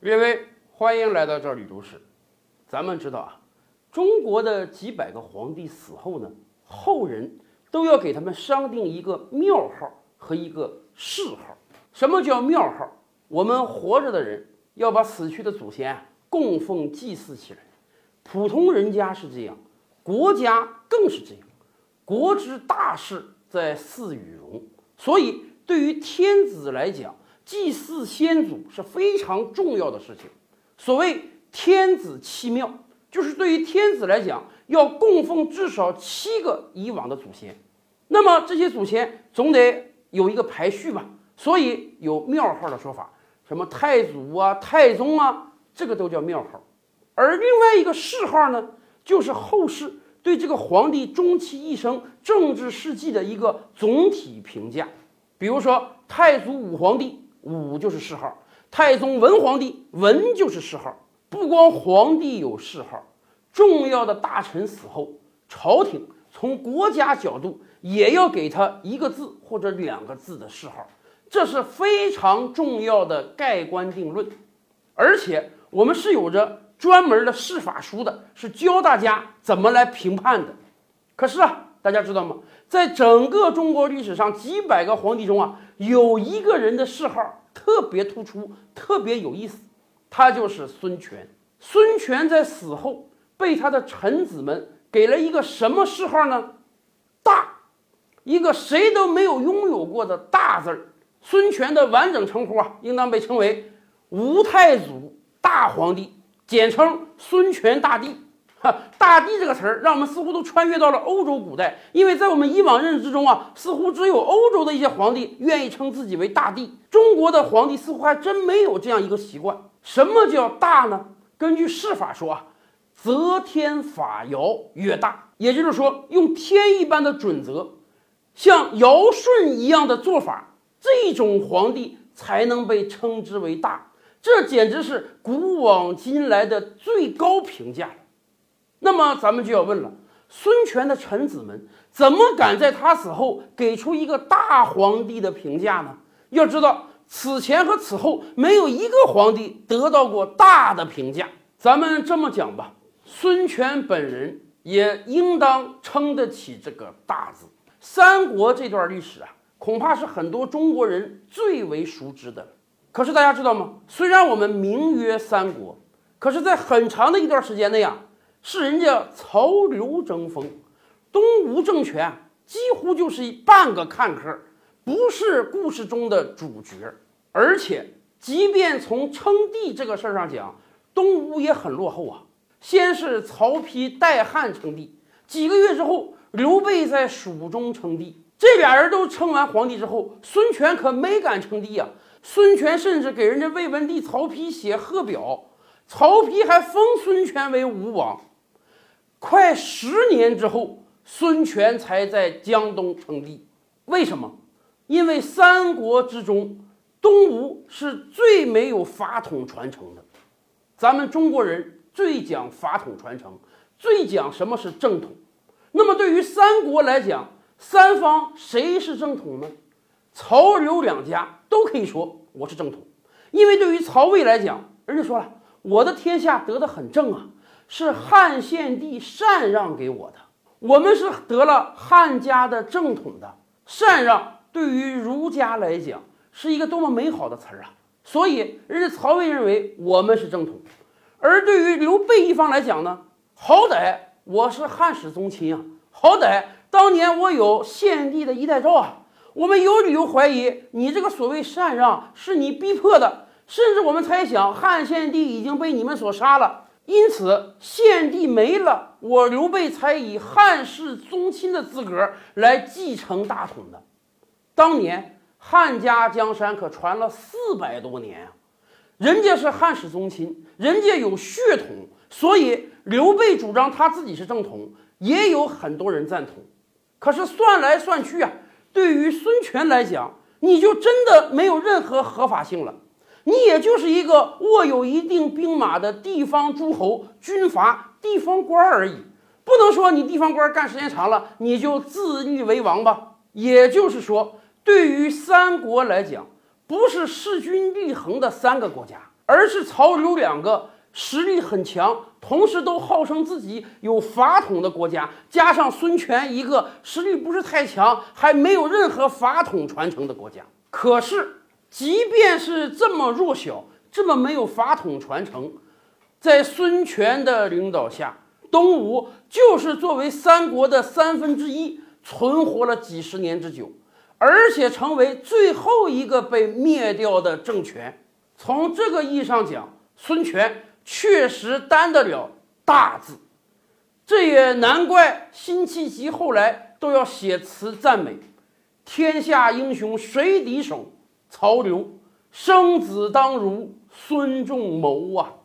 列位，欢迎来到这里读史。咱们知道啊，中国的几百个皇帝死后呢，后人都要给他们商定一个庙号和一个谥号。什么叫庙号？我们活着的人要把死去的祖先供奉祭祀起来，普通人家是这样，国家更是这样。国之大事在祀与戎，所以对于天子来讲，祭祀先祖是非常重要的事情。所谓天子七庙，就是对于天子来讲，要供奉至少7个以往的祖先。那么这些祖先总得有一个排序吧，所以有庙号的说法，什么太祖啊、太宗啊，这个都叫庙号。而另外一个谥号呢，就是后世对这个皇帝终其一生政治事迹的一个总体评价。比如说太祖武皇帝，武就是谥号；太宗文皇帝，文就是谥号。不光皇帝有谥号，重要的大臣死后，朝廷从国家角度也要给他1个字或者2个字的谥号，这是非常重要的盖棺定论。而且我们是有着专门的谥法书的，是教大家怎么来评判的。可是啊，大家知道吗？在整个中国历史上几百个皇帝中啊，有一个人的谥号特别突出，特别有意思，他就是孙权。孙权在死后被他的臣子们给了一个什么谥号呢？大，一个谁都没有拥有过的大字儿。孙权的完整称呼啊，应当被称为吴太祖大皇帝，简称孙权大帝。大帝这个词儿，让我们似乎都穿越到了欧洲古代，因为在我们以往认知中啊，似乎只有欧洲的一些皇帝愿意称自己为大帝，中国的皇帝似乎还真没有这样一个习惯。什么叫大呢？根据谥法说啊，则天法尧曰大，也就是说，用天一般的准则，像尧舜一样的做法，这种皇帝才能被称之为大。这简直是古往今来的最高评价了。那么咱们就要问了，孙权的臣子们怎么敢在他死后给出一个大皇帝的评价呢？要知道，此前和此后没有一个皇帝得到过大的评价。咱们这么讲吧，孙权本人也应当称得起这个大字。三国这段历史啊，恐怕是很多中国人最为熟知的了。可是大家知道吗？虽然我们名曰三国，可是在很长的一段时间内啊，是人家曹刘争锋，东吴政权几乎就是半个看客，不是故事中的主角。而且即便从称帝这个事儿上讲，东吴也很落后啊。先是曹丕代汉称帝，几个月之后刘备在蜀中称帝。这俩人都称完皇帝之后，孙权可没敢称帝啊。孙权甚至给人家魏文帝曹丕写贺表，曹丕还封孙权为吴王。快10年之后，孙权才在江东称帝。为什么？因为三国之中，东吴是最没有法统传承的。咱们中国人最讲法统传承，最讲什么是正统。那么对于三国来讲，三方谁是正统呢？曹刘两家都可以说我是正统，因为对于曹魏来讲，人家说了，我的天下得的很正啊，是汉献帝禅让给我的，我们是得了汉家的正统的。禅让对于儒家来讲是一个多么美好的词儿啊！所以人家曹魏认为我们是正统，而对于刘备一方来讲呢，好歹我是汉室宗亲啊，好歹当年我有献帝的1代诏啊，我们有理由怀疑你这个所谓禅让是你逼迫的，甚至我们猜想汉献帝已经被你们所杀了。因此献帝没了，我刘备才以汉室宗亲的资格来继承大统的。当年汉家江山可传了400多年啊，人家是汉室宗亲，人家有血统，所以刘备主张他自己是正统，也有很多人赞同。可是算来算去啊，对于孙权来讲，你就真的没有任何合法性了。你也就是一个握有一定兵马的地方诸侯、军阀、地方官而已，不能说你地方官干时间长了，你就自立为王吧。也就是说，对于三国来讲，不是势均力衡的3个国家，而而是曹刘两个实力很强，同时都号称自己有法统的国家，加上孙权一个实力不是太强，还没有任何法统传承的国家。可是，即便是这么弱小，这么没有法统传承，在孙权的领导下，东吴就是作为三国的1/3存活了几十年之久，而且成为最后一个被灭掉的政权。从这个意义上讲，孙权确实担得了大字，这也难怪辛弃疾后来都要写词赞美：天下英雄谁敌手？曹刘，生子当如孙仲谋啊！